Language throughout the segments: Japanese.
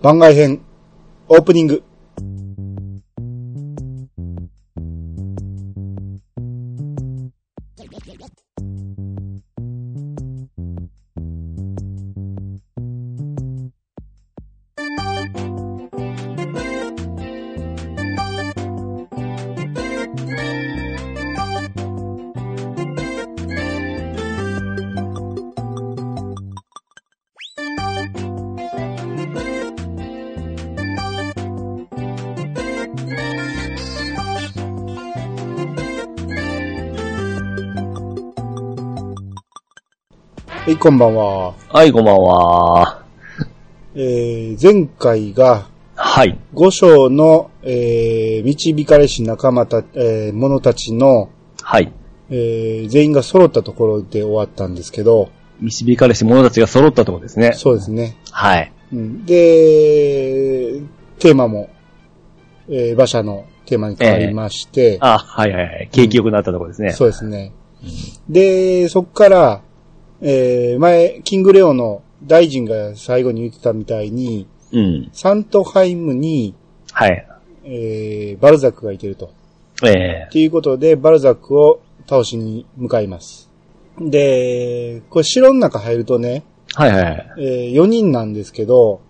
番外編、オープニング。はい、こんばんは。 はい、こんばんは。 前回が、 はい。 五章の、導かれし仲間た、者たちの、 はい。 全員が揃ったところで終わったんですけど、 導かれし者たちが揃ったところですね。 そうですね。 はい。 うん、で、テーマも、馬車のテーマに変わりまして、 はいはいはい。景気良くなったところですね。 そうですね。で、そっから、前、キングレオの大臣が最後に言ってたみたいに、サントハイムに、 はい。 バルザックがいてると。ということで、バルザックを倒しに向かいます。で、これ城の中入るとね、 はいはい。 4人なんですけど、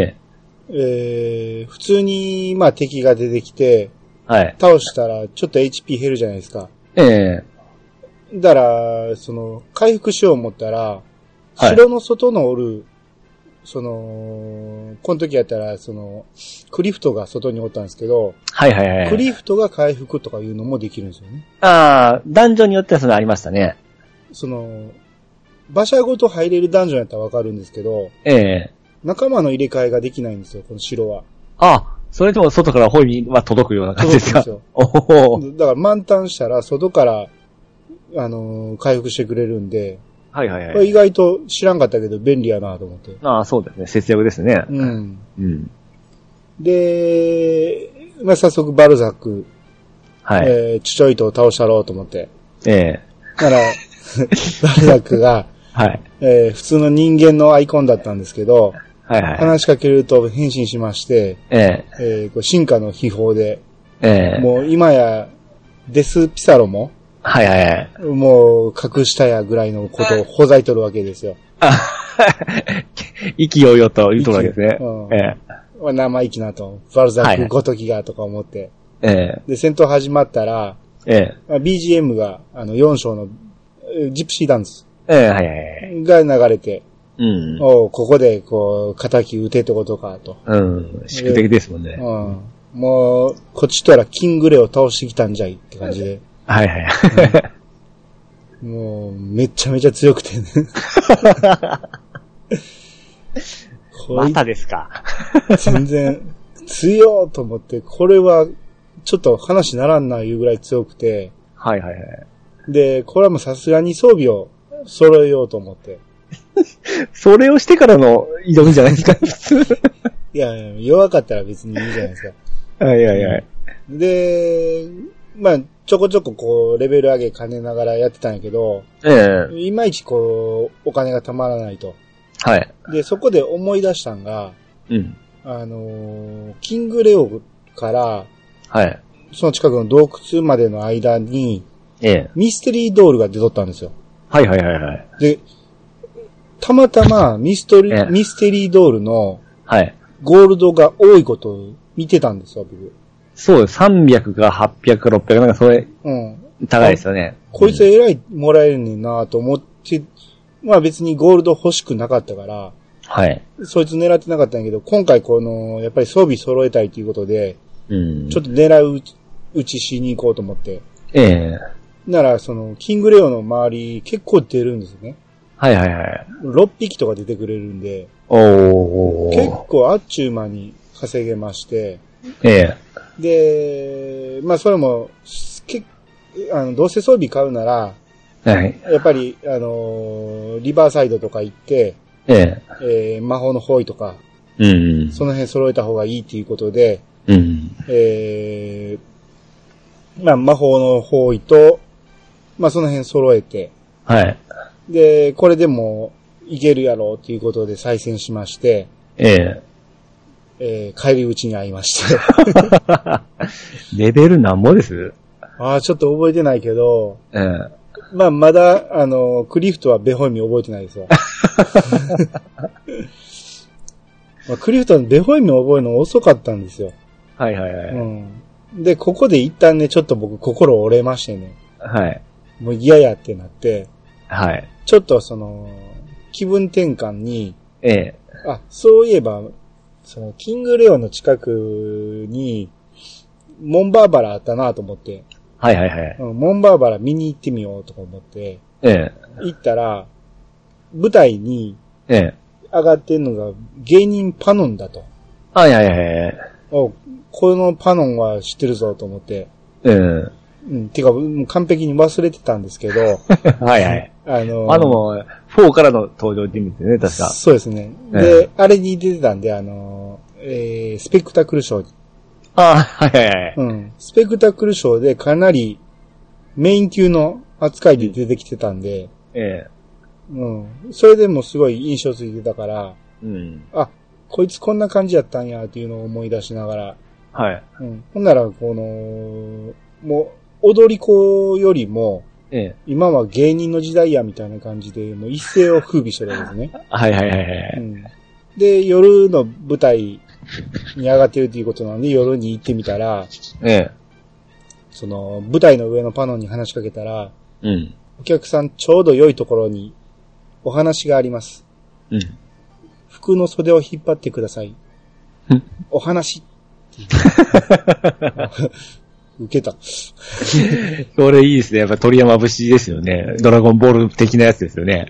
普通に、まあ敵が出てきて、 はい。 倒したらちょっと HP 減るじゃないですか。だから、回復しよう思ったら、城の外のおる、この時やったら、クリフトが外におったんですけど、 はいはいはい。 クリフトが回復とかいうのもできるんですよね。 ダンジョンによってはそれありましたね。 馬車ごと入れるダンジョンやったらわかるんですけど、仲間の入れ替えができないんですよ、この城は。 それとも外からホイミは届くような感じですか？ 届くんですよ。だから満タンしたら外から、回復してくれるんで、 はいはいはい。 これ意外と知らんかったけど便利やなと思って。 そうですね。節約ですね。 で、まあ、早速バルザック、チチョイトを倒したろうと思って。なら、バルザックが、普通の人間のアイコンだったんですけど、話しかけると変身しまして、進化の秘宝で、もう今やデスピサロも、もう隠したやぐらいのことをほざいとるわけですよ。 意気揚々と言うとるわけですね。 生意気なと。バルザックごときがとか思って。で、戦闘始まったら、BGM が4章のジプシーダンスが流れて、ここでこう、仇撃てってことかと。 宿敵ですもんね。 もう、こっちとらキングレを倒してきたんじゃいって感じで。もう、めちゃめちゃ強くてね。 またですか。 全然、強いと思って、これは、ちょっと話ならんないうぐらい強くて。で、これはもうさすがに装備を揃えようと思って。 それをしてからの挑みじゃないですか、普通。 いや、弱かったら別にいいじゃないですか。で、まあ、ちょこちょここう、レベル上げ兼ねながらやってたんやけど、いまいちこう、お金が貯まらないと。で、そこで思い出したんが、キングレオから、その近くの洞窟までの間に、ミステリードールが出とったんですよ。で、たまたまミステリードールの、ゴールドが多いことを見てたんですよ、僕。 そうです。300か800か600なんかそれ、高いですよね。 こいつ偉いもらえるねんなと思って、まあ別にゴールド欲しくなかったから、そいつ狙ってなかったんやけど、今回この、やっぱり装備揃えたいということで、ちょっと狙う打ちしに行こうと思って。なら、キングレオの周り結構出るんですよね。6匹とか出てくれるんで、結構あっちゅう間に稼げまして、で、まあそれも、どうせ装備買うなら、やっぱり、リバーサイドとか行って、魔法の包囲とか、その辺揃えた方がいいっていうことで、まあ魔法の包囲と、まあその辺揃えて、で、これでもいけるやろうっていうことで再戦しまして、 帰り討ちに会いまして。 レベルなんぼです？ ちょっと覚えてないけど、まあ、まだ、クリフトはベホイミ覚えてないですよ。まあ、クリフトのベホイミ覚えるの遅かったんですよ。 はいはいはい。うん。 で、ここで一旦ね、ちょっと僕心折れましてね。 はい。 もう嫌やってなって。 はい。 ちょっと気分転換に、そういえば、キングレオの近くに、モンバーバラあったなと思って。 はいはいはい。 モンバーバラ見に行ってみようとか思って。行ったら、舞台に、上がってんのが芸人パノンだと。 はいはいはい。 このパノンは知ってるぞと思って。てか、完璧に忘れてたんですけど。 はいはい。も、4からの登場人物ですね、確か。 そうですね。で、あれに出てたんで、スペクタクルショーに。 はいはいはい。 スペクタクルショーでかなりメイン級の扱いで出てきてたんで。それでもすごい印象ついてたから。こいつこんな感じやったんやっていうのを思い出しながら。 はい。 ほんなら、もう、踊り子よりも、今は芸人の時代やみたいな感じで、もう一世を風靡してるわけですね。 はいはいはいはい。 で、夜の舞台に上がってるっていうことなので、夜に行ってみたら、舞台の上のパノンに話しかけたら、お客さんちょうど良いところにお話があります。服の袖を引っ張ってください。お話。受けた。 それいいですね。やっぱ鳥山節ですよね。ドラゴンボール的なやつですよね。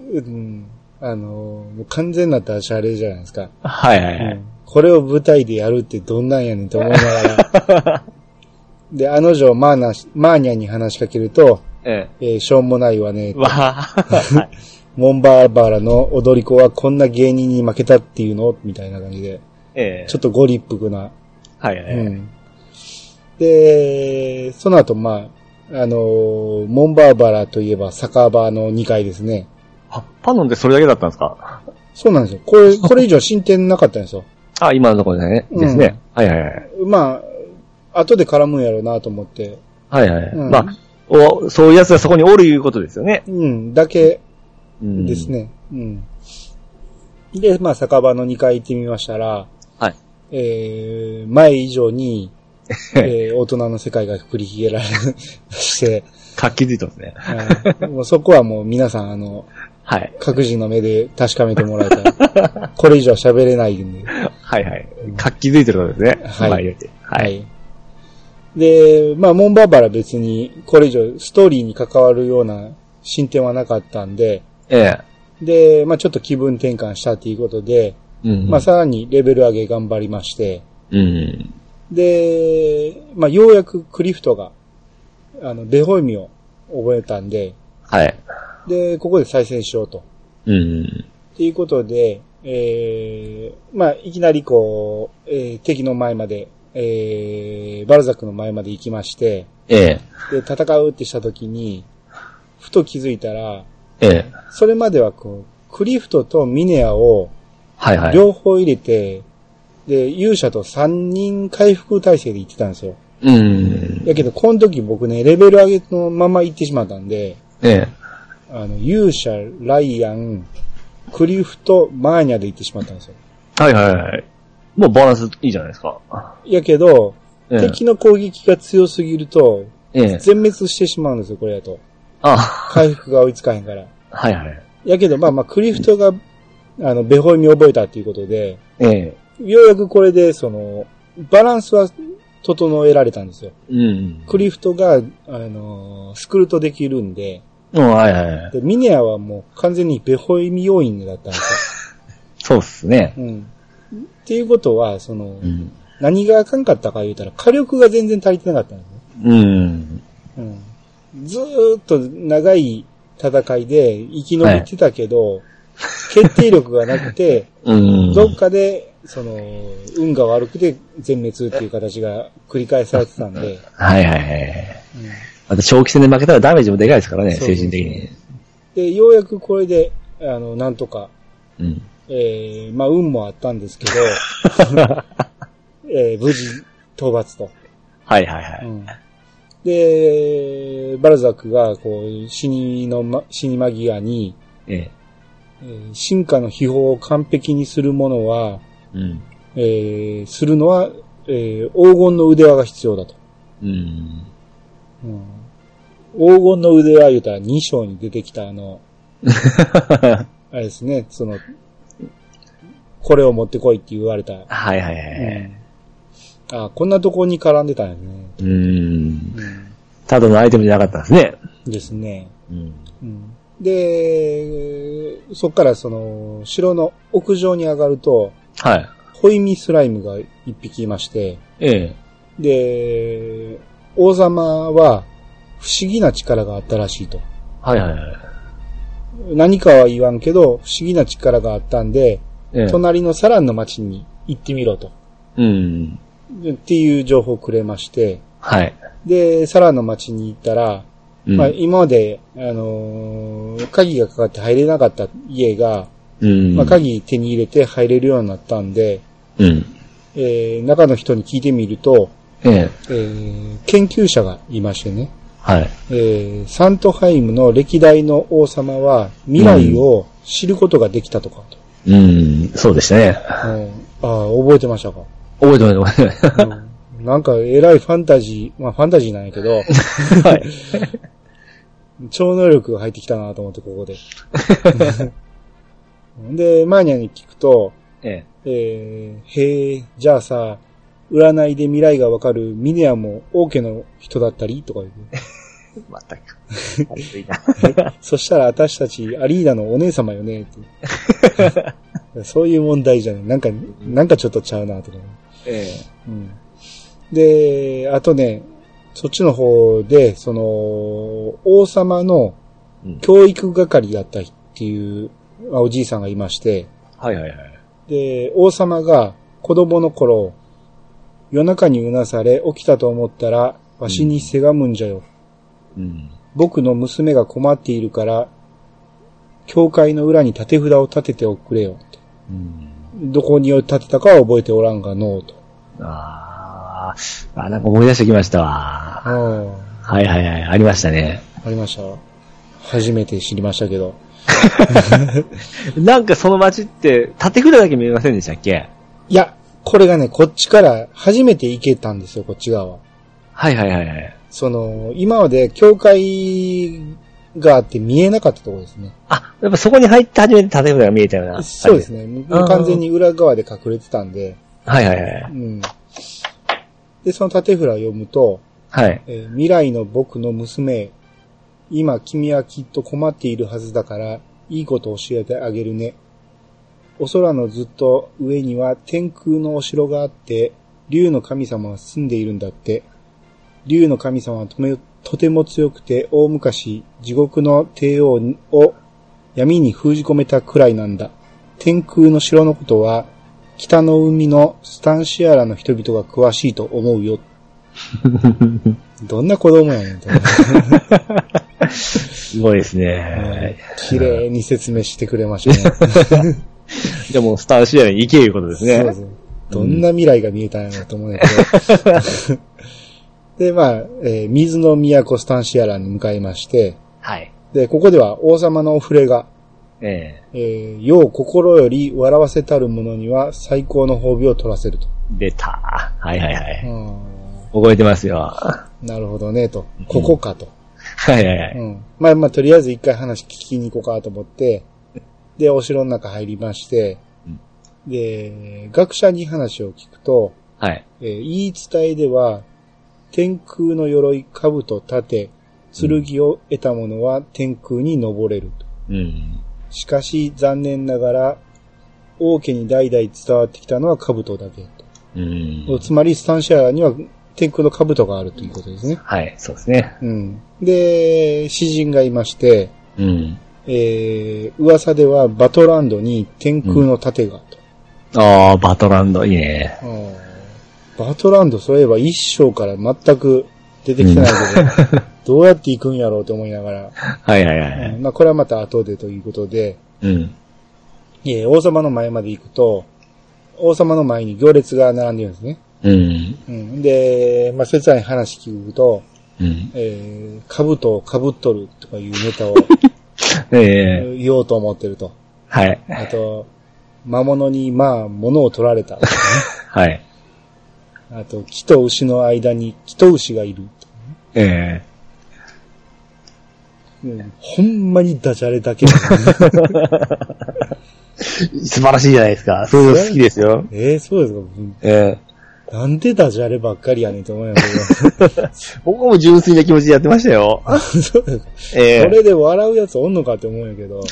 もう完全なダジャレじゃないですか。 はいはいはい。 これを舞台でやるってどんなんやねんと思いながら。で、マーニャに話しかけると、しょうもないわね。モンバーバラの踊り子はこんな芸人に負けたっていうのみたいな感じで。ちょっとご立腹な。 はいはいはい。 で、その後、モンバーバラといえば酒場の2階ですね。 パノンってそれだけだったんですか？ そうなんですよ。これ以上進展なかったんですよ。 今のところですね。はいはいはい。 まあ、後で絡むんやろうなと思って。 はいはい。まあ、そういうやつがそこにおるいうことですよね。 だけですね。で、まあ、酒場の2階行ってみましたら、前以上に、大人の世界が繰り広げられまして。 活気づいてますね。 もうそこはもう皆さん各自の目で確かめてもらえたら、これ以上は喋れないんで。 はいはい。活気づいてることですね。 はい。はい。で、まあ、モンバーバラ別にこれ以上ストーリーに関わるような進展はなかったんで、で、まあ、ちょっと気分転換したっていうことで、まあ、さらにレベル上げ頑張りまして、で、まあ、ようやくクリフトが、ベホイミを覚えたんで、で、ここで再戦しようと。っていうことで、まあ、いきなり敵の前まで、バルザックの前まで行きまして、で、戦うってした時に、ふと気づいたら、それまではクリフトとミネアを、両方入れて、で、勇者と3人回復体制で行ってたんですよ。やけど、この時僕ね、レベル上げのまま行ってしまったんで、勇者、ライアン、クリフト、マーニャで行ってしまったんですよ。 はいはいはい。もうバランスいいじゃないですか。 やけど、敵の攻撃が強すぎると、全滅してしまうんですよ、これだと。回復が追いつかへんから。 はいはい。 やけど、まあ、クリフトが、ベホイミ覚えたっていうことで、ようやくこれで、バランスは整えられたんですよ。クリフトが、スクルトできるんで、でミネアはもう完全にベホイミ要員だったんですよ。 そうっすね。 っていうことは、何があかんかったか言うたら、火力が全然足りてなかったんですね。ずーっと長い戦いで生き延びてたけど、決定力がなくて、どっかで、運が悪くて全滅っていう形が繰り返されてたんで。また長期戦で負けたらダメージもでかいですからね、精神的に。で、ようやくこれで、なんとか、 まあ、運もあったんですけど、無事討伐と。 はいはいはい。 で、バルザックが、こう、死に間際に、進化の秘宝を完璧にするものは、するのは、黄金の腕輪が必要だと。黄金の腕輪言うたら2章に出てきたあれですね、これを持ってこいって言われた。 はいはいはい。 あ、こんなとこに絡んでたんやね。 ただのアイテムじゃなかったんですね。 ですね。で、そっから城の屋上に上がると、 はい。 ホイミスライムが一匹いまして、で、王様は不思議な力があったらしいと。 はいはいはい。何かは言わんけど、不思議な力があったんで、隣のサランの町に行ってみろと。っていう情報をくれまして、 はい。 で、サランの町に行ったら、まあ今まで、鍵がかかって入れなかった家が、まあ鍵手に入れて入れるようになったんで、中の人に聞いてみると、研究者がいましてね。 はい。 サントハイムの歴代の王様は未来を知ることができたとかと。 そうでしたね。 覚えてましたか？ 覚えてました。 なんか偉いファンタジー、まあファンタジーなんやけど、はい。超能力が入ってきたなと思ってここで。で、マーニャに聞くと、じゃあさ、占いで未来がわかるミネアも王家の人だったりとか言う。 またか。 そしたら私たちアリーナのお姉様よねって。そういう問題じゃない。なんかちょっとちゃうなとか。で、あとね、そっちの方で、王様の教育係だったっていうおじいさんがいまして、 はいはいはい。 で、王様が子供の頃、夜中にうなされ起きたと思ったら、わしにせがむんじゃよ。僕の娘が困っているから、教会の裏に立て札を立てておくれよ。どこに立てたかは覚えておらんがのうと。 なんか思い出してきましたわ。はいはいはい、ありましたね。 ありました。初めて知りましたけど。 なんかその街って、立て札だけ見えませんでしたっけ？ いや、これがね、こっちから初めて行けたんですよ、こっち側は。 はいはいはいはい。 今まで教会があって見えなかったところですね。 やっぱそこに入って初めて立て札が見えたような。 そうですね。完全に裏側で隠れてたんで。 はいはいはい。 で、その立て札を読むと、 はい。 未来の僕の娘、今君はきっと困っているはずだから、いいことを教えてあげるね。お空のずっと上には天空のお城があって、竜の神様が住んでいるんだって。竜の神様はとても強くて、大昔、地獄の帝王を闇に封じ込めたくらいなんだ。天空の城のことは、北の海のスタンシアラの人々が詳しいと思うよ。どんな子供やねんと。 すごいですね。 綺麗に説明してくれましたね。 でもスタンシアラに行けいうことですね。そうですね。 どんな未来が見えたんやろと思うんやけど。で、まあ、水の都スタンシアラに向かいまして、 はい。 で、ここでは王様のお触れが、よう心より笑わせたる者には最高の褒美を取らせると。 出た。はいはいはい。覚えてますよ。 なるほどね、と。ここかと。 はいはいはい。 まあまあ、とりあえず一回話聞きに行こうかと思って、で、お城の中入りまして、で、学者に話を聞くと、 はい。 言い伝えでは、天空の鎧、兜、盾、剣を得た者は天空に登れると。しかし、残念ながら、王家に代々伝わってきたのは兜だけと。つまり、スタンシアラには天空の兜があるということですね。 はい、そうですね。 で、詩人がいまして、噂ではバトランドに天空の盾があると。バトランド、いいね。 バトランド、そういえば一章から全く出てきてないけど、どうやって行くんやろうと思いながら。 はいはいはい。 まあこれはまた後でということで。 王様の前まで行くと、王様の前に行列が並んでるんですね。で、まあ、切ない話聞くと、兜をかぶっとるとかいうネタを、言おうと思ってると。 はい。 あと、魔物に物を取られた、ね。 はい。 あと、木と牛の間に木と牛がいる。ほんまにダジャレだけ、ね。 素晴らしいじゃないですか。そういうの好きですよ。 そうですか。なんでダジャレばっかりやねんと思うんやけど。 僕も純粋な気持ちでやってましたよ。 そうですか。これで笑うやつおんのかって思うんやけど。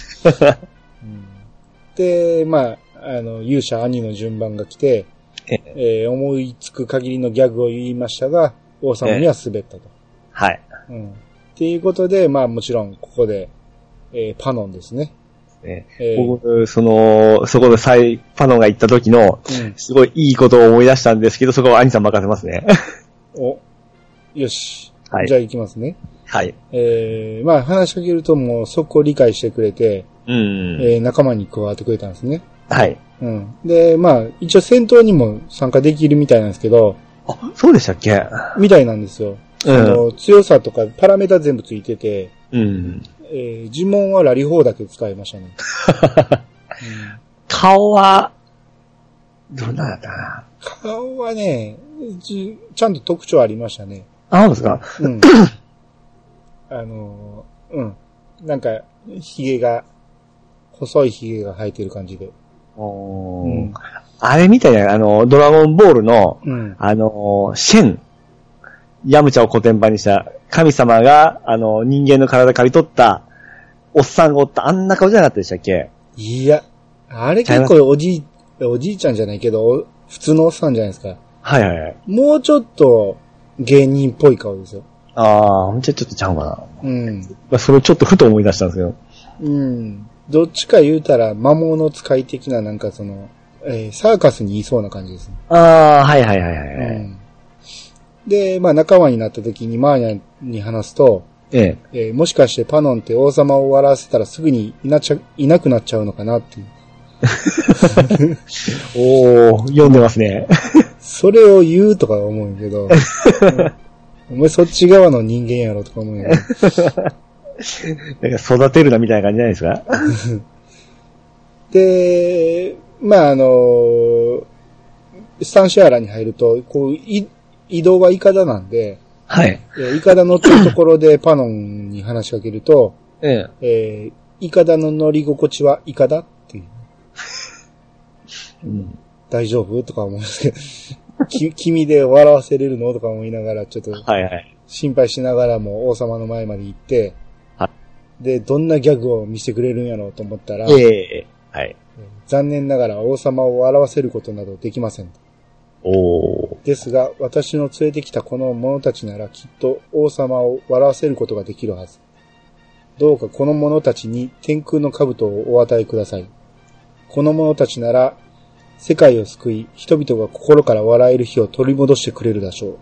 で、まあ、勇者兄の順番が来て、思いつく限りのギャグを言いましたが、王様には滑ったと。 はい。 っていうことで、まあもちろんここで、パノンですね。 僕、そこのパノンが行った時の、すごいいいことを思い出したんですけど、そこは兄さん任せますね。 よし。 はい。 じゃあ行きますね。 はい。 まあ話しかけるともうそこを理解してくれて、仲間に加わってくれたんですね。 はい。 で、まあ一応戦闘にも参加できるみたいなんですけど、 そうでしたっけ？ みたいなんですよ。強さとかパラメータ全部ついてて、呪文はラリホーだけ使いましたね。 顔は、どんなだったかな？ 顔はね、ちゃんと特徴ありましたね。 そうですか？ なんか、細い髭が生えてる感じで。 あれみたいな、ドラゴンボールの、シェン、ヤムチャを古典版にした神様が、人間の体借り取った、おっさんがおった、あんな顔じゃなかったでしたっけ？ いや、あれ結構おじいちゃんじゃないけど、普通のおっさんじゃないですか。 はいはいはい。 もうちょっと、芸人っぽい顔ですよ。 ほんとちょっとちゃうかな。それをちょっとふと思い出したんですけど。 どっちか言うたら、魔物使い的ななんかサーカスにいそうな感じですね。 はいはいはいはい。 で、まあ仲間になった時にマーニャに話すと、もしかしてパノンって王様を笑わせたらすぐにいなくなっちゃうのかなっていう。 読んでますね。 それを言うとか思うんやけど、お前そっち側の人間やろとか思うんやけど。 なんか育てるなみたいな感じじゃないですか？ で、まあスタンシアラに入ると、移動はイカダなんで、 はい。 イカダ乗ってるところでパノンに話しかけると、イカダの乗り心地はイカダっていう。大丈夫とか思うんですけど、君で笑わせれるのとか思いながら、ちょっと、心配しながらも王様の前まで行って、で、どんなギャグを見せてくれるんやろうと思ったら、残念ながら王様を笑わせることなどできません。ですが、私の連れてきたこの者たちならきっと王様を笑わせることができるはず。どうかこの者たちに天空の兜をお与えください。この者たちなら世界を救い、人々が心から笑える日を取り戻してくれるでしょう。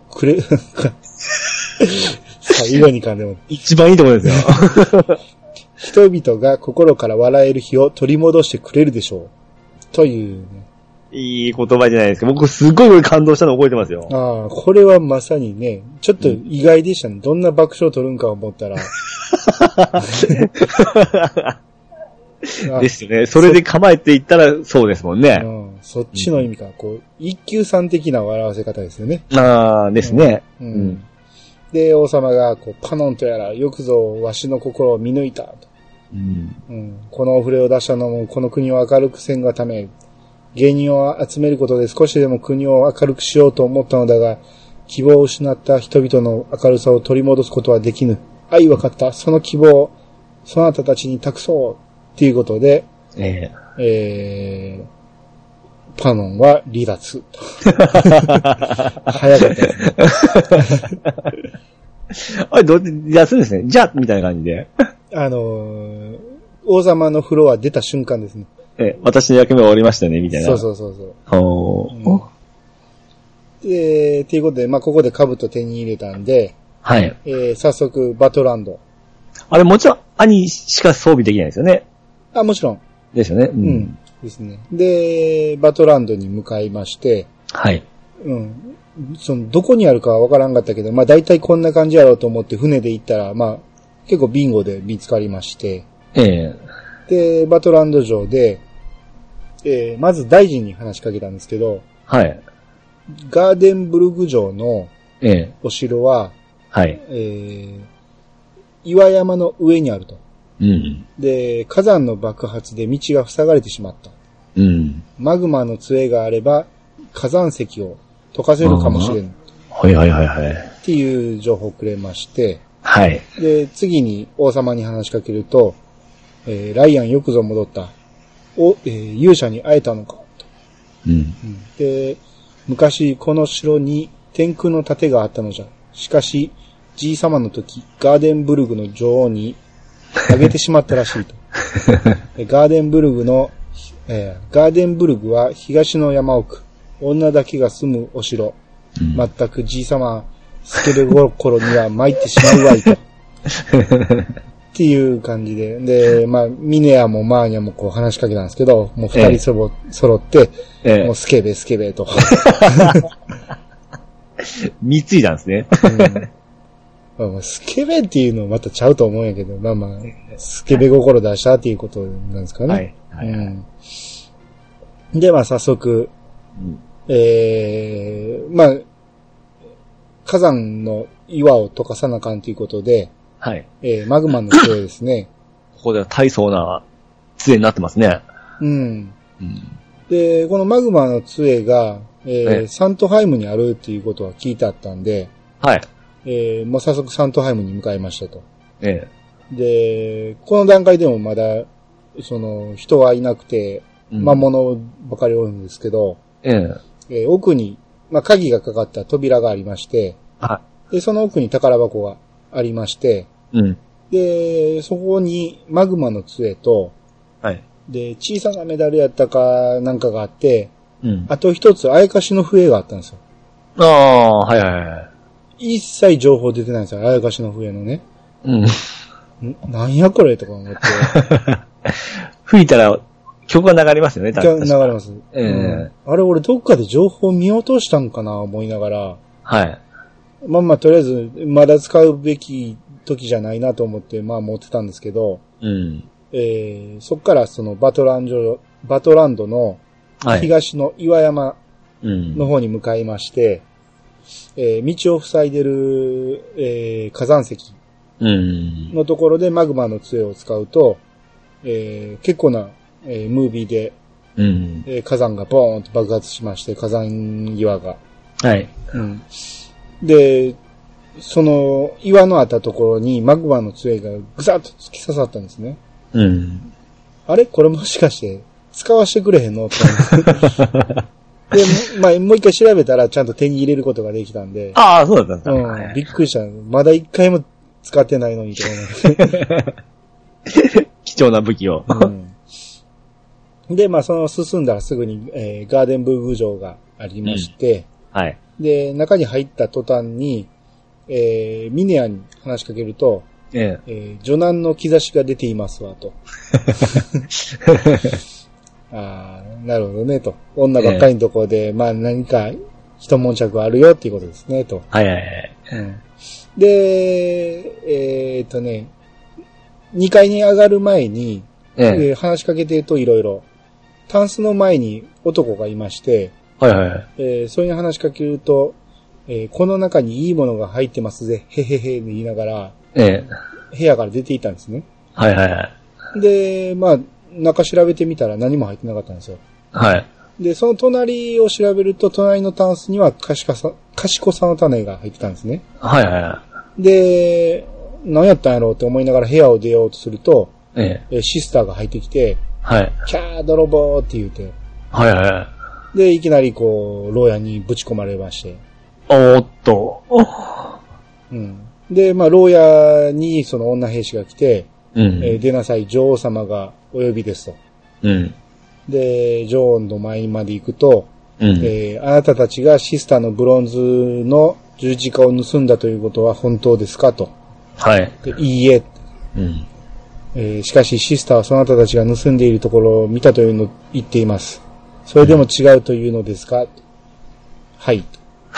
最後に噛んでも。 一番いいところですよ。 人々が心から笑える日を取り戻してくれるでしょう。という、ね。 いい言葉じゃないですか。僕すごい感動したの覚えてますよ。 これはまさにね、ちょっと意外でしたね。どんな爆笑を取るんか思ったら。 ですよね。それで構えていったらそうですもんね。 そっちの意味か。一級さん的な笑わせ方ですよね。 ですね。 で、王様が、パノンとやら、よくぞわしの心を見抜いたと。このお触れを出したのも、この国を明るくせんがため、芸人を集めることで少しでも国を明るくしようと思ったのだが、希望を失った人々の明るさを取り戻すことはできぬ。分かった。その希望を、そなたたちに託そう。っていうことで、パノンは離脱。早かったですね。 あれ、どうやって離脱するんですね。じゃあ、みたいな感じで。 王様の風呂は出た瞬間ですね。 私の役目は終わりましたね、みたいな。 そう。っていうことで、まあ、ここで兜手に入れたんで、早速、バトランド。 あれ、もちろん、兄しか装備できないですよね。 もちろん。 ですよね。 ですね。で、バトランドに向かいまして、 はい。 うん。どこにあるかはわからんかったけど、まあ大体こんな感じやろうと思って船で行ったら、まあ結構ビンゴで見つかりまして、で、バトランド城で、まず大臣に話しかけたんですけど、 はい。 ガーデンブルグ城のお城は、 はい。 岩山の上にあると。 うん。 で、火山の爆発で道が塞がれてしまった。 うん。 マグマの杖があれば、火山石を溶かせるかもしれん。 はいはいはいはい。 っていう情報をくれまして、 はい。 で、次に王様に話しかけると、ライアンよくぞ戻った。勇者に会えたのかと。 うん。 で、昔この城に天空の盾があったのじゃ。しかし、G 様の時、ガーデンブルグの女王にあげてしまったらしいと。ガーデンブルグは東の山奥。女だけが住むお城。全くG 様、スケベ心には参ってしまうわいと。っていう感じで。で、まあ、ミネアもマーニャもこう話しかけたんですけど、もう二人揃って、もうスケベと。 貢いだんですね。 スケベっていうのはまたちゃうと思うんやけど、まあまあ、スケベ心出したっていうことなんですかね。はい。で、まあ早速、まあ、火山の岩を溶かさなあかんということで、 はい。 マグマの杖ですね。 ここでは大層な杖になってますね。 で、このマグマの杖が、サントハイムにあるっていうことは聞いてあったんで、 はい。 もう早速サントハイムに向かいましたと。で、この段階でもまだ、人はいなくて、魔物ばかりおるんですけど、奥に、まあ、鍵がかかった扉がありまして、で、その奥に宝箱がありまして、で、そこにマグマの杖と、で、小さなメダルやったかなんかがあって、あと一つ、あやかしの笛があったんですよ。一切情報出てないんですよ、あやかしの笛のね。なんやこれとか思って。 吹いたら曲が流れますよね、 流れます。あれ俺どっかで情報見落としたんかな思いながら。まあとりあえず、まだ使うべき時じゃないなと思って、まあ持ってたんですけど、そっからそのバトランドの東の岩山の方に向かいまして、道を塞いでる、火山石のところでマグマの杖を使うと、結構な、ムービーで、火山がボーンと爆発しまして、火山岩が。で、その岩のあったところにマグマの杖がぐさっと突き刺さったんですね。あれこれもしかして使わせてくれへんのとで、まあ、もう一回調べたらちゃんと手に入れることができたんで。 そうだったんですか。 びっくりした。まだ一回も使ってないのにと思って。 貴重な武器を。 で、まあ、進んだらすぐに、ガーデンブルグ城がありまして、で、中に入った途端に、ミネアに話しかけると、女難の兆しが出ていますわ、と。なるほどね、と。女ばっかりのところで、まあ何か一悶着あるよっていうことですね、と。で、2階に上がる前に、話しかけてるといろいろ、タンスの前に男がいまして、それに話しかけると、この中にいいものが入ってますぜ、へへへ、言いながら、部屋から出ていったんですね。で、まあ、中調べてみたら何も入ってなかったんですよ。で、その隣を調べると、隣のタンスには賢さの種が入ってたんですね。で、何やったんやろうって思いながら部屋を出ようとすると、シスターが入ってきて、キャー泥棒って言うて、で、いきなりこう、牢屋にぶち込まれまして。で、まあ、牢屋にその女兵士が来て、出なさい、女王様がお呼びですと。で、女王の前まで行くと、あなたたちがシスターのブロンズの十字架を盗んだということは本当ですかと。でいいえ。 しかしシスターはそなたたちが盗んでいるところを見たというのを言っています。それでも違うというのですか？はい。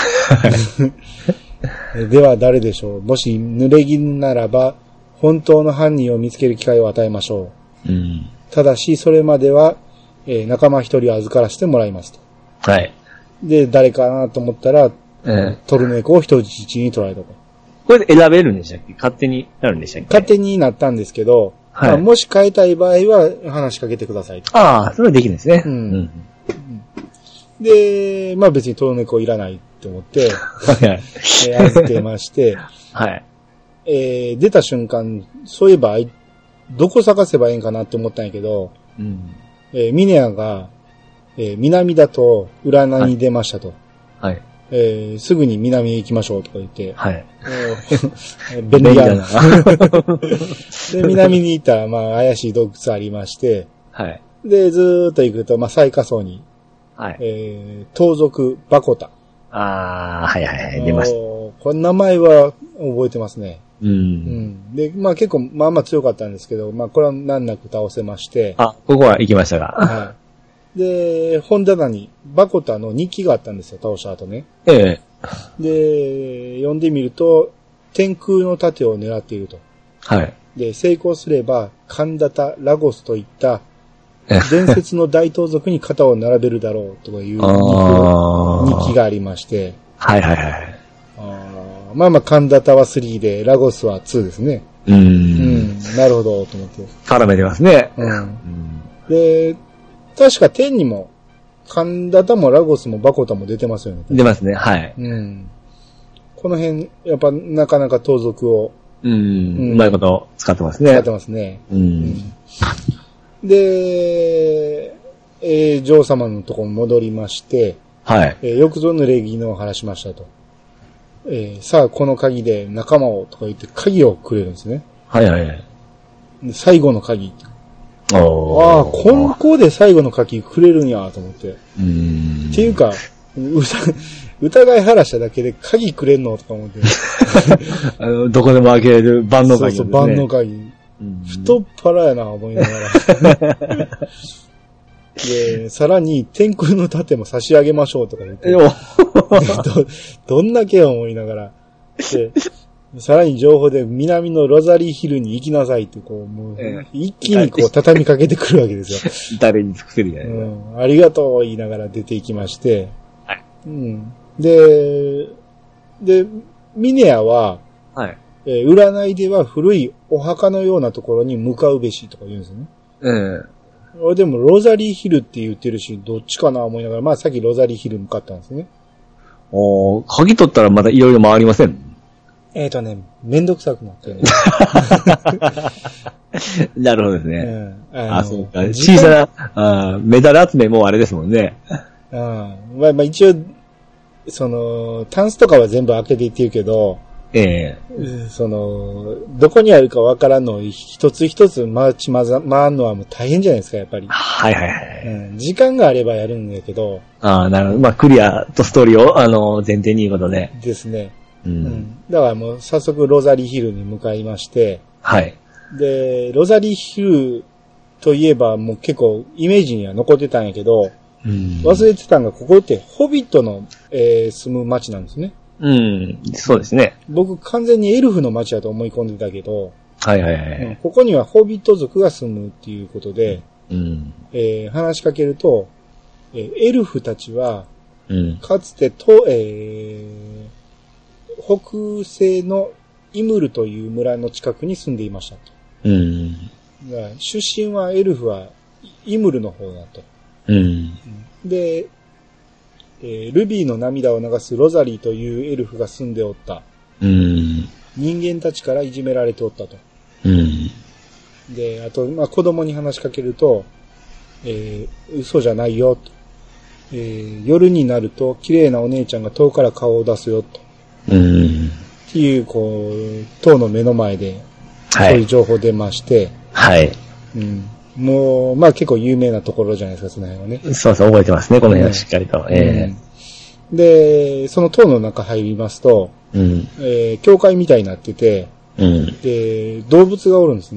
では誰でしょう。もし濡れ衣ならば、本当の犯人を見つける機会を与えましょう。ただし、それまでは、仲間一人を預からせてもらいますと。 はい。で、 誰かなと思ったら、トルネコを人質に取られたと。 これで選べるんでしたっけ？勝手になるんでしたっけ？ 勝手になったんですけど、はい、まあ、もし変えたい場合は話しかけてくださいと。 ああ、それはできるんですね。 で、まあ別にトルネコいらないと思って、預けまして、 はい。 出た瞬間、そういえば、どこ探せばいいんかなって思ったんやけど、ミネアが、南だと占いに出ましたと。 はい。 すぐに南へ行きましょうとか言って。 はい。 便利やな。で、南に行ったら、まあ、怪しい洞窟ありまして。 はい。 で、ずーっと行くと、まあ、最下層に。 はい。 盗賊バコタ。 ああ、はいはいはい。出ました。 この名前は覚えてますね。で、まあ結構、まあまあ強かったんですけど、まあこれは難なく倒せまして。 あ、ここは行きましたが。 はい。で、本棚にバコタの日記があったんですよ、倒した後ね。 で、 読んでみると、天空の盾を狙っていると。 はい。 で、成功すれば、カンダタ、ラゴスといった、伝説の大盗賊に肩を並べるだろうとかいう日記がありまして。 はいはいはい。 まあまあ、カンダタは3で、ラゴスは2ですね。なるほど、と思って。 絡めてますね。 で、確か10にも、カンダタもラゴスもバコタも出てますよね。 出ますね、はい。 この辺、やっぱなかなか盗賊を。 うまいこと使ってますね。 使ってますね。で、女王様のところに戻りまして、 はい。 よくぞ濡れ衣を晴らしましたと。さあ、この鍵で仲間をとか言って鍵をくれるんですね。 はいはいはい。 最後の鍵。ああ、ここで最後の鍵くれるんやと思って。っていうか、疑い晴らしただけで鍵くれんのとか思って。 どこでも開けれる万能鍵、 そうそう、万能鍵。太っ腹やな、思いながら。で、さらに、天空の盾も差し上げましょうとか言って。どんだけ思いながら。で、さらに情報で南のロザリーヒルに行きなさいって、こう、もう、一気にこう畳みかけてくるわけですよ。 誰に尽くせるじゃないですか。ありがとう言いながら出ていきまして。はい。で、ミネアは、 はい。 占いでは古いお墓のようなところに向かうべしとか言うんですよね。でもロザリーヒルって言ってるし、どっちかな思いながら、まあさっきロザリーヒル向かったんですね。 鍵取ったらまだいろいろ回りません？ めんどくさくなってるね。 なるほどですね。そうか。小さな、メダル集めもあれですもんね。 まあ一応、タンスとかは全部開けていってるけど、どこにあるかわからんのを一つ一つ回るのはもう大変じゃないですか、やっぱり。 はいはいはい。 時間があればやるんだけど。 なるほど。まあ、クリアとストーリーを、前提に言うことで。 ですね。だからもう早速ロザリーヒルに向かいまして。 はい。 で、ロザリーヒルといえばもう結構イメージには残ってたんやけど、忘れてたのがここってホビットの、住む街なんですね。 そうですね。 僕完全にエルフの街だと思い込んでたけど、 はいはいはい。 ここにはホビット族が住むっていうことで、話しかけると、エルフたちは、かつて北西のイムルという村の近くに住んでいましたと。出身はエルフはイムルの方だと。で、ルビーの涙を流すロザリーというエルフが住んでおった。人間たちからいじめられておったと。で、あと、まあ、子供に話しかけると、嘘じゃないよと。夜になると綺麗なお姉ちゃんが塔から顔を出すよと。っていう、こう、塔の目の前で、そういう情報出まして、 はい。 もう、まあ結構有名なところじゃないですか、その辺はね。 そうそう、覚えてますね、この辺はしっかりと。 で、その塔の中入りますと、教会みたいになってて、で、動物がおるんですね。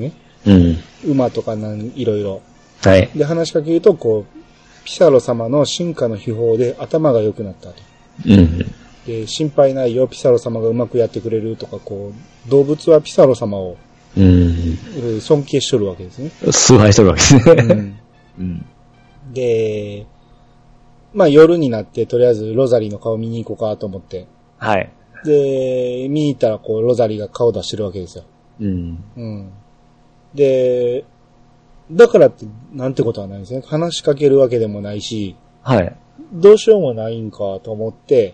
うん。 馬とかいろいろ。 はい。 で、話しかけると、ピサロ様の進化の秘宝で頭が良くなったと。 うん。 で、心配ないよ、ピサロ様がうまくやってくれるとか、動物はピサロ様を、尊敬しとるわけですね。 崇拝しとるわけですね。 うん。で、まあ夜になって、とりあえずロザリーの顔見に行こうかと思って。 はい。 で、見に行ったらロザリーが顔出してるわけですよ。 うん。 うん。で、だからって、なんてことはないんですね。話しかけるわけでもないし、 はい。 どうしようもないんかと思って、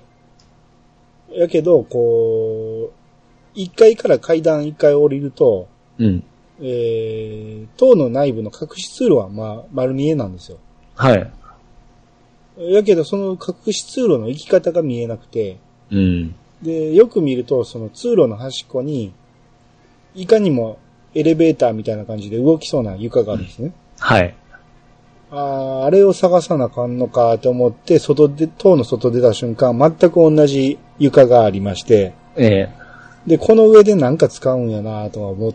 やけど、1階から階段1階降りると、 うん。 塔の内部の隠し通路は丸見えなんですよ。 はい。 やけど、その隠し通路の行き方が見えなくて、 うん。 で、よく見ると、その通路の端っこに、いかにもエレベーターみたいな感じで動きそうな床があるんですね。 はい。 あれを探さなあかんのかと思って、塔の外出た瞬間、全く同じ床がありまして、で、この上で何か使うんやなと思って、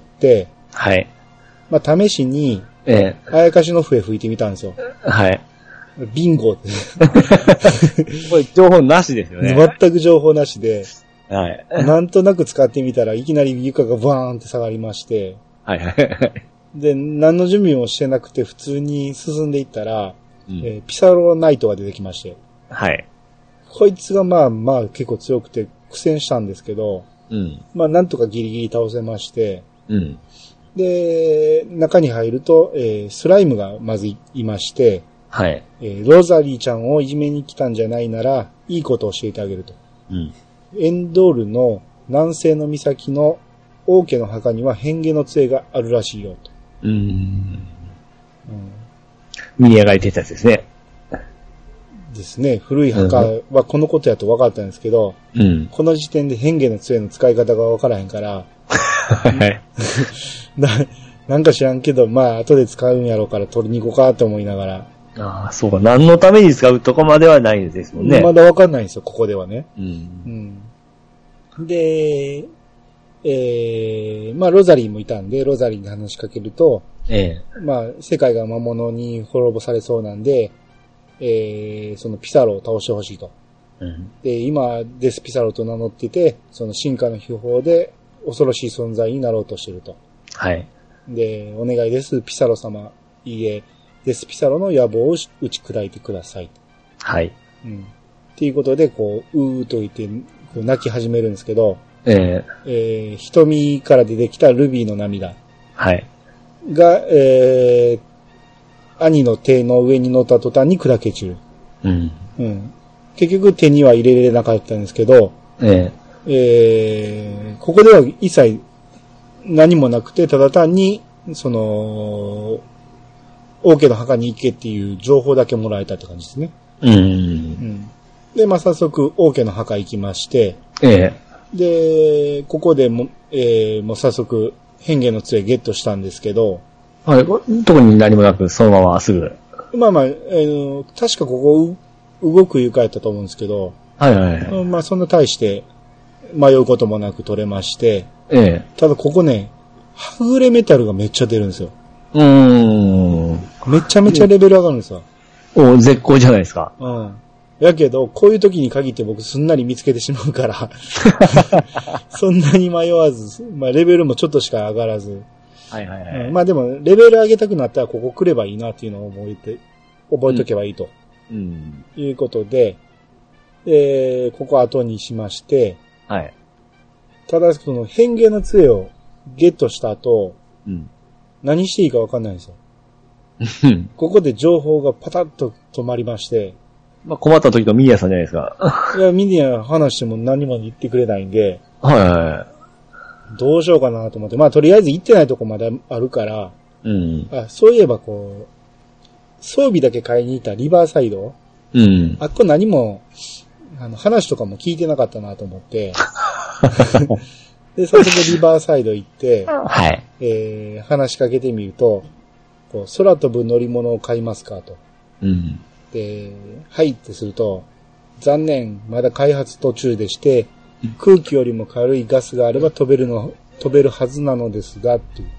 はい。 まあ、試しに、あやかしの笛吹いてみたんですよ。 はい。 ビンゴって。 これ情報なしですよね。 全く情報なしで、 はい。 なんとなく使ってみたらいきなり床がバーンって下がりまして、 はいはい。 で、何の準備もしてなくて普通に進んでいったら、ピサロナイトが出てきまして。 はい。 こいつがまあ結構強くて苦戦したんですけど、まあなんとかギリギリ倒せまして、で、中に入ると、スライムがまずいまして、 はい。 ロザリーちゃんをいじめに来たんじゃないなら、いいことを教えてあげると。エンドールの南西の岬の王家の墓には変化の杖があるらしいよと。 ミニアがいてたやつですね。 ですね。古い墓はこのことやと分かったんですけど、この時点で変化の杖の使い方が分からへんから、はい。なんか知らんけど、まあ後で使うんやろうから取りに行こうかと思いながら。 ああ、そうか。何のために使うとこまではないですもんね。 まだ分かんないんですよ、ここではね。で、まあロザリーもいたんで、ロザリーに話しかけると、まあ世界が魔物に滅ぼされそうなんで、そのピサロを倒してほしいと。で、今、デスピサロと名乗ってて、その進化の秘宝で恐ろしい存在になろうとしてると。 はい。 で、お願いです、ピサロ様。いいえ、デスピサロの野望を打ち砕いてください。 はい。 っていうことで、うーと言って、泣き始めるんですけど、瞳から出てきたルビーの涙。 はい。 が、兄の手の上に乗った途端に砕け散る。結局手には入れれなかったんですけど、ここでは一切何もなくて、ただ単に、王家の墓に行けっていう情報だけもらえたって感じですね。で、まあ、早速、王家の墓行きまして、で、ここでもう早速、変化の杖ゲットしたんですけど、 はい、特に何もなく、そのまますぐ。 まあまあ、確かここ、動く床やったと思うんですけど、まあ、そんな大して迷うこともなく取れまして、ただここね、はぐれメタルがめっちゃ出るんですよ。めちゃめちゃレベル上がるんですよ。 絶好じゃないですか。 やけど、こういう時に限って僕すんなり見つけてしまうから、そんなに迷わず、まあレベルもちょっとしか上がらず。まあでも、レベル上げたくなったらここ来ればいいなっていうのを覚えとけばいいと。いうことで、ここ後にしまして、ただその変化の杖をゲットした後、何していいか分かんないんですよ。ここで情報がパタッと止まりまして、 まあ、困った時のミニアさんじゃないですか。 いや、ミニア話しても何も言ってくれないんで、どうしようかなと思って、まあ、とりあえず行ってないとこまであるから、そういえば装備だけ買いに行ったリバーサイド、あっこ何も、話とかも聞いてなかったなと思って、で、早速リバーサイド行って、話しかけてみると、空飛ぶ乗り物を買いますかと。で、はいってすると、残念、まだ開発途中でして、空気よりも軽いガスがあれば飛べるはずなのですが、っていう。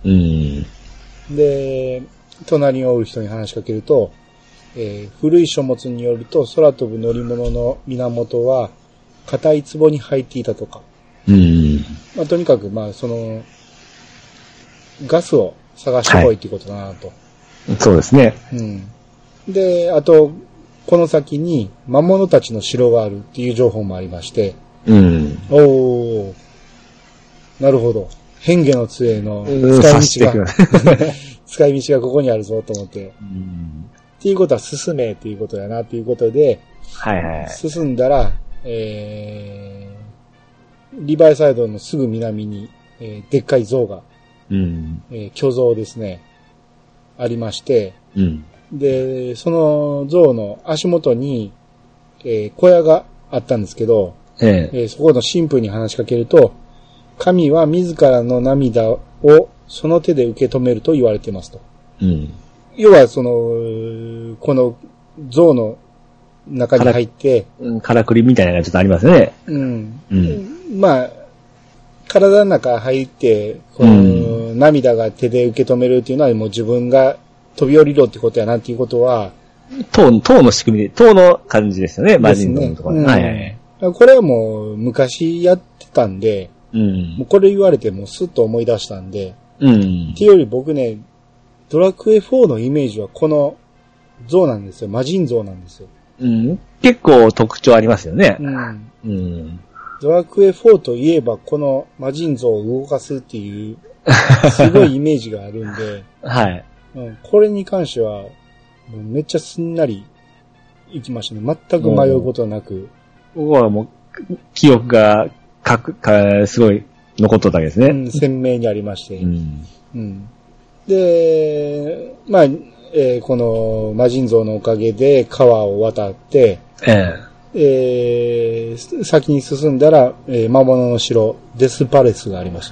で、隣におる人に話しかけると、古い書物によると空飛ぶ乗り物の源は硬い壺に入っていたとか。まあ、とにかく、まあ、その、ガスを探してこいっていうことだなと。 そうですね。 で、あと、この先に魔物たちの城があるっていう情報もありまして。おー、なるほど。変化の杖の使い道が、使い道がここにあるぞと思って。っていうことは進めっていうことやなっていうことで、進んだら、リバイサイドのすぐ南に、でっかい像が、巨像ですね、ありまして、で、その像の足元に、小屋があったんですけど、そこの神父に話しかけると、神は自らの涙をその手で受け止めると言われていますと。要は、その、この像の中に入って、 からくりみたいなのがちょっとありますね。 まあ、体の中入って、この涙が手で受け止めるっていうのはもう自分が飛び降りろってことやなっていうことは、 塔の仕組みで、塔の感じですよね、マジンのところ。 これはもう昔やってたんで、もうこれ言われてもうスッと思い出したんで、っていうより僕ね、ドラクエ4のイメージはこの像なんですよ。魔人像なんですよ。 結構特徴ありますよね。 ドラクエ4といえばこの魔人像を動かすっていうすごいイメージがあるんで、これに関してはもうめっちゃすんなりいきましたね。全く迷うことなく。 僕はもう記憶がすごい残っとったわけですね。 鮮明にありまして。で、まあ、この魔人像のおかげで川を渡って、先に進んだら、魔物の城、デスパレスがありました。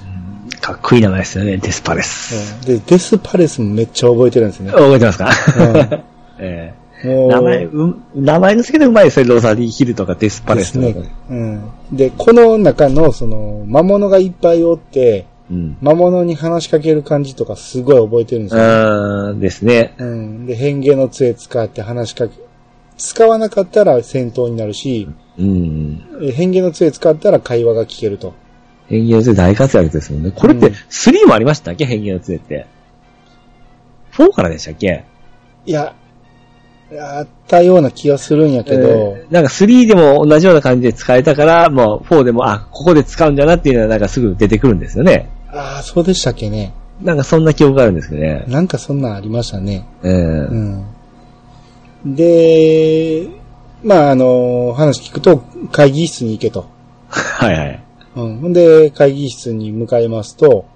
かっこいい名前ですよね、デスパレス。 で、デスパレスもめっちゃ覚えてるんですね。 覚えてますか？もう名前の付けでうまいですね、ローザリーヒルとかデスパレスとか。 で、この中の、その、魔物がいっぱいおって、魔物に話しかける感じとかすごい覚えてるんですよ、 ですね。 で、変化の杖使って話しかけ、使わなかったら戦闘になるし、変化の杖使ったら会話が聞けると。 変化の杖大活躍ですもんね。これって3もありましたっけ？変化の杖って。4からでしたっけ？ いや、あったような気がするんやけど、 なんか3でも同じような感じで使えたから、もう4でも、ここで使うんだなっていうのはなんかすぐ出てくるんですよね。 そうでしたっけね。 なんかそんな記憶があるんですけどね。 なんかそんなんありましたね。で、まあ話聞くと会議室に行けと。ほんで、会議室に向かいますと、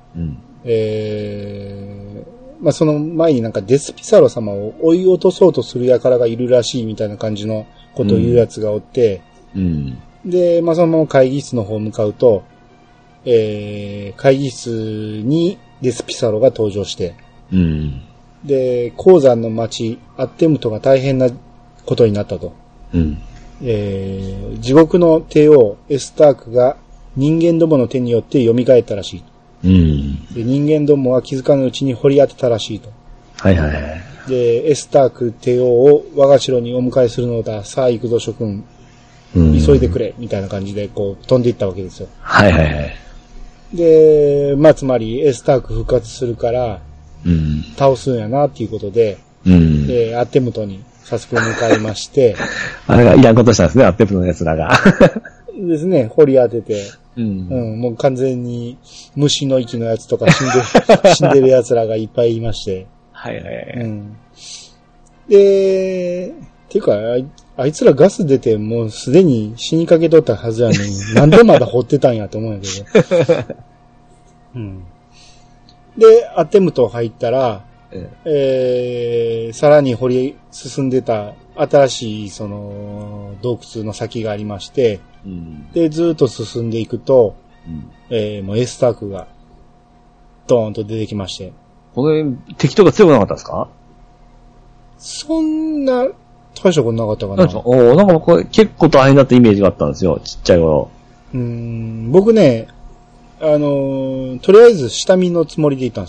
まあその前になんかデスピサロ様を追い落とそうとする輩がいるらしいみたいな感じのことを言うやつがおって、で、まあそのまま会議室の方向かうと、会議室にデスピサロが登場して、で、鉱山の町、アッテムトが大変なことになったと。地獄の帝王、エスタークが人間どもの手によって蘇ったらしい。で、人間どもは気づかぬうちに掘り当てたらしいと。で、エスターク帝王を我が城にお迎えするのだ。さあ行くぞ諸君。急いでくれ。みたいな感じでこう飛んでいったわけですよ。で、まあつまりエスターク復活するから、倒すんやなっていうことで、アッテムトに早速向かいまして。 あれがいらんことしたんですね、アッテムトの奴らが。 ですね、掘り当てて。もう完全に虫の息のやつとか死んでる奴らがいっぱいいまして。で、っていうか、あいつらガス出てもうすでに死にかけとったはずやのに、なんでまだ掘ってたんやと思うんやけど。で、アテムト入ったら、さらに掘り進んでた新しいその洞窟の先がありまして、で、ずっと進んでいくと、もうエスタークがドーンと出てきまして。 これ、敵とか強くなかったですか？ そんな大したことなかったかな。 なんかこれ結構大変だったイメージがあったんですよ、ちっちゃい頃。 僕ね、とりあえず下見のつもりで行ったんですよ。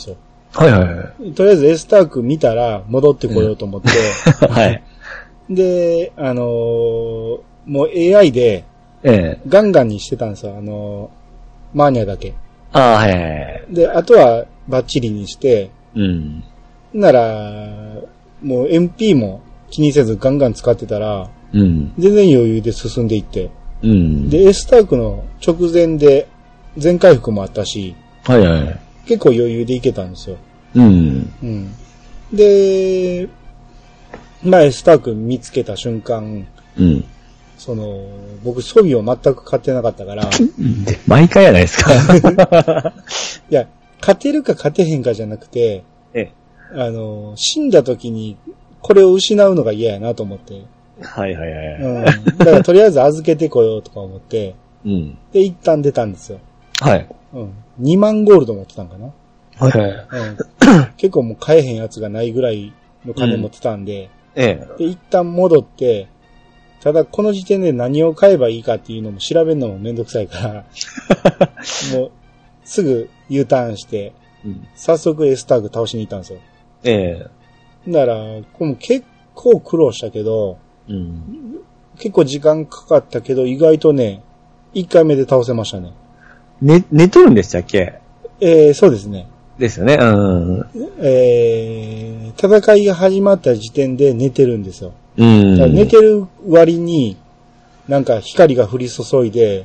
はいはいはい。 とりあえず S ターク見たら戻ってこようと思って。 はい。 で、もう AI で、ガンガンにしてたんですよ。マーニャだけ。 ああ、はいはい。 で、あとはバッチリにして、 うん。 なら、もう MP も気にせずガンガン使ってたら、 うん。 全然余裕で進んでいって。 うん。 で、S タークの直前で全回復もあったし、 はいはい。 結構余裕でいけたんですよ。 うん。 うん。で、まあ S ターク見つけた瞬間、 うん。 僕装備を全く買ってなかったから。 毎回やないですか。 いや、勝てるか勝てへんかじゃなくて、死んだ時にこれを失うのが嫌やなと思って。 はいはいはい。 うん。だからとりあえず預けてこようとか思って、 うん。 で、一旦出たんですよ。 はい。 うん。2万ゴールド持ってたんかな。 はいはい。 うん。結構もう買えへんやつがないぐらいの金持ってたんで、 で、 一旦戻って、ただこの時点で何を買えばいいかっていうのも調べるのもめんどくさいから、もうすぐ U ターンして、早速 S ターグ倒しに行ったんですよ。だから、これも結構苦労したけど、結構時間かかったけど、意外とね、1回目で倒せましたね。 寝とるんでしたっけ？ そうですね。 ですよね。 戦いが始まった時点で寝てるんですよ。寝てる割に、なんか光が降り注いで、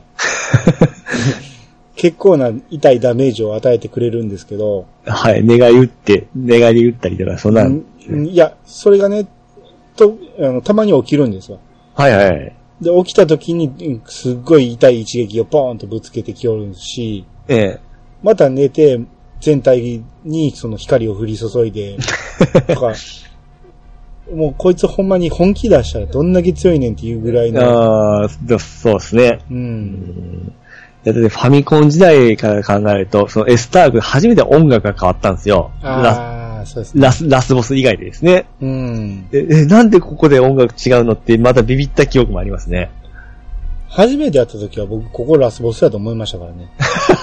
結構な痛いダメージを与えてくれるんですけど。 はい、寝返り打ったりとか、そんな。 いや、それがね、たまに起きるんですよ。 はいはい。 で、起きた時に、すっごい痛い一撃をポーンとぶつけてきおるし、また寝て、全体にその光を降り注いで、とか、もうこいつほんまに本気出したらどんだけ強いねんっていうぐらいの。 そうですね。だってファミコン時代から考えると、その S ターク初めて音楽が変わったんですよ。 そうですね。 ラスボス以外でですね。なんでここで音楽違うのってまたビビった記憶もありますね。 初めてやった時は僕、ここラスボスだと思いましたからね。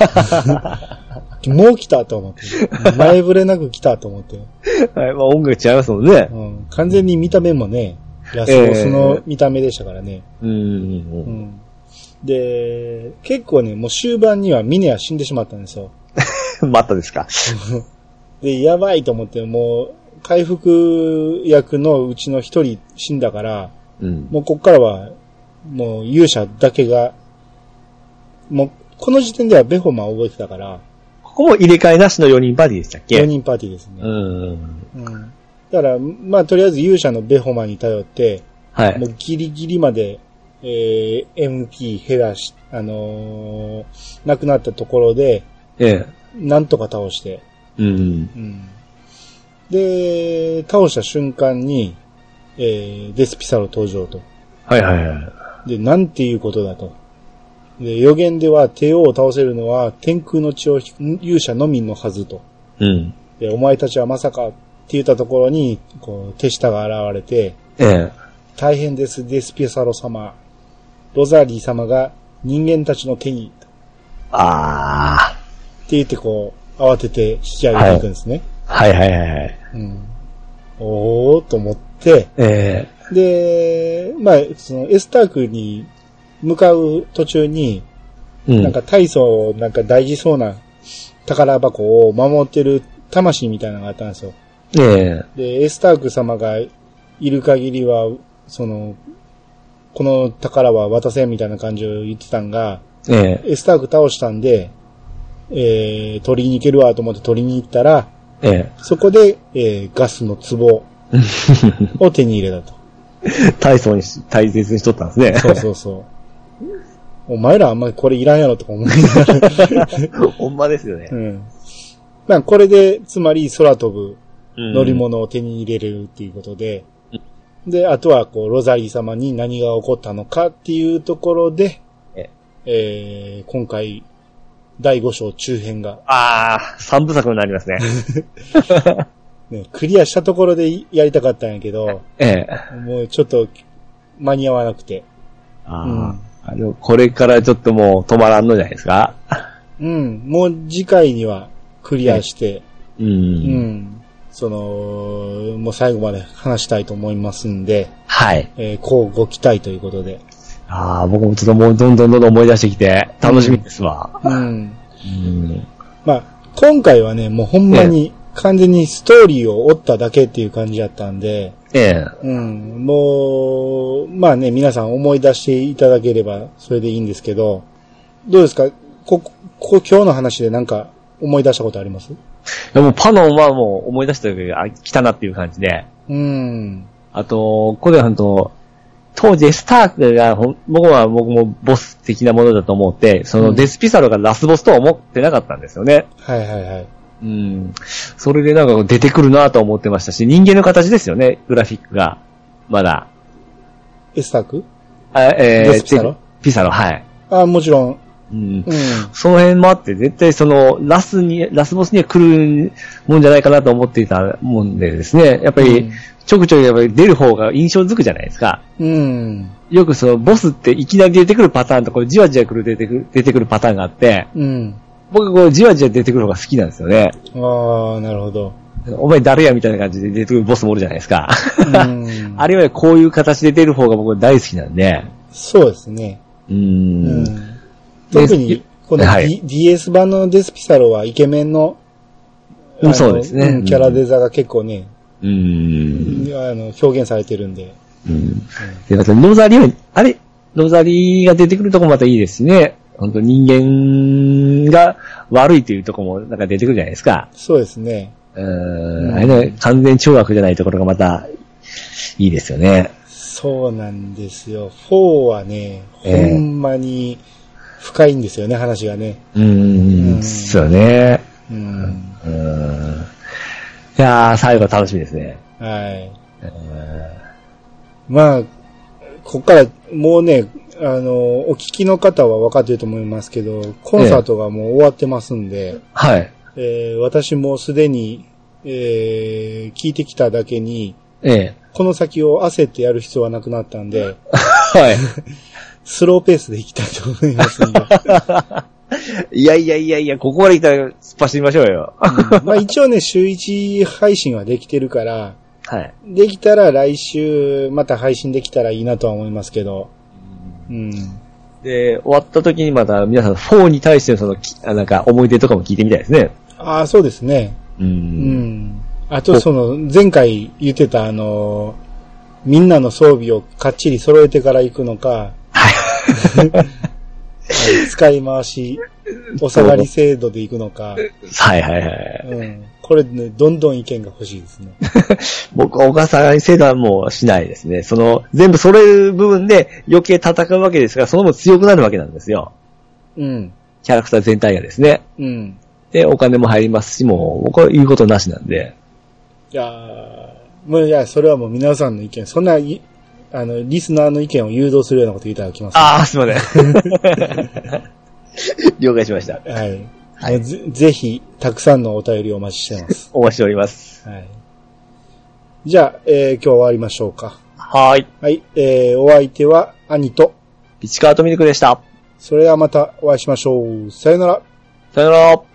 もう来たと思って。前触れなく来たと思って。 はい、まあ音楽違いますもんね。 完全に見た目もね、ラスボスの見た目でしたからね。で、結構ね、もう終盤にはミネは死んでしまったんですよ。 またですか。 で、やばいと思って、もう、回復役のうちの一人死んだから、もうこっからは、もう勇者だけが、もう、この時点ではベホマを覚えてたから。 ここも入れ替えなしの4人パーティーでしたっけ？ 4 人パーティーですね。だから、まあ、とりあえず勇者のベホマに頼って、もうギリギリまで、MP 減らし、亡くなったところで、なんとか倒して、で、倒した瞬間に、デスピサロ登場と。で、なんていうことだと。で、予言では帝王を倒せるのは天空の血を勇者のみのはずと。で、お前たちはまさかって言ったところに、こう、手下が現れて、大変です、デスピサロ様。ロザリー様が人間たちの手に。って言ってこう、慌てて引き上げていくんですね。おーと思って、で、まあ、その S タークに向かう途中に、なんか大層なんか大事そうな宝箱を守ってる魂みたいなのがあったんですよ。で、S ターク様がいる限りは、この宝は渡せんみたいな感じを言ってたんが、S ターク倒したんで、取りに行けるわと思って取りに行ったら、そこで、ガスの壺を手に入れたと。 大切にしとったんですね。 そう。お前らあんまりこれいらんやろとか思いながら。 ほんまですよね。 まあこれで、つまり空飛ぶ乗り物を手に入れるっていうことで、で、あとはこう、ロザリー様に何が起こったのかっていうところで、今回、第5章中編が。 3部作になりますね。 ね、クリアしたところでやりたかったんやけど、もうちょっと間に合わなくて。 これからちょっともう止まらんのじゃないですか。 もう次回にはクリアして、 うん。もう最後まで話したいと思いますんで、 はい。 こうご期待ということで。 僕もちょっともうどんどん思い出してきて、楽しみですわ。 まあ、今回はね、もうほんまに完全にストーリーを追っただけっていう感じだったんで、もう、まあね、皆さん思い出していただければそれでいいんですけど、どうですか？今日の話でなんか思い出したことあります？ でもパノンはもう思い出した時が来たなっていう感じで。あと、コデハンと、当時スタークが僕もボス的なものだと思って、そのデスピサロがラスボスとは思ってなかったんですよね。 はいはいはい。 それでなんか出てくるなと思ってましたし、人間の形ですよね、グラフィックが。まだ。 スターク？ デスピサロ？ピサロ、はい。 もちろん。 その辺もあって、絶対その、ラスボスには来るもんじゃないかなと思っていたもんでですね、やっぱり、ちょくちょいやっぱり出る方が印象づくじゃないですか。よくその、ボスっていきなり出てくるパターンと、こうじわじわ出てくるパターンがあって、僕こう、じわじわ出てくる方が好きなんですよね。 なるほど。 お前誰やみたいな感じで出てくるボスもおるじゃないですか。あるいはこういう形で出る方が僕大好きなんで。 そうですね。特に、この、DS 版のデスピサロはイケメンの、 そうですね。 キャラデザが結構ね、表現されてるんで。 で、またノザリが出てくるとこもまたいいですしね。本当人間が悪いというとこもなんか出てくるじゃないですか。 そうですね。 あれね、完全懲悪じゃないところがまたいいですよね。 そうなんですよ。4はね、ほんまに深いんですよね、話がね。 ですよね。いやー、最後楽しみですね。 はい。まあ、こっからもうね、お聞きの方は分かってると思いますけど、コンサートがもう終わってますんで、 はい。 私もすでに、聞いてきただけに、この先を焦ってやる必要はなくなったんで、 はい。 スローペースで行きたいと思いますんで。 いや、ここまで来たら突っ走りましょうよ。 まあ一応ね、週1配信はできてるから、 はい。 できたら来週また配信できたらいいなとは思いますけど。 で、終わった時にまた皆さん4に対してのなんか思い出とかも聞いてみたいですね。 そうですね。あと前回言ってたみんなの装備をかっちり揃えてから行くのか、使い回し、お下がり制度で行くのか。これね、どんどん意見が欲しいですね。 僕はお下がり制度はもうしないですね。全部揃える部分で余計戦うわけですが、その分強くなるわけなんですよ。キャラクター全体がですね。で、お金も入りますし、もう、僕は言うことなしなんで。 それはもう皆さんの意見、そんな、リスナーの意見を誘導するようなこと言ったらきます、 ね。すいません。了解しました。 はい。ぜひ、たくさんのお便りをお待ちしてます。 お待ちしております。 はい。じゃあ、今日終わりましょうか。 はい。 はい。お相手は、兄と、 市川とミルクでした。 それではまたお会いしましょう。さよなら。 さよなら。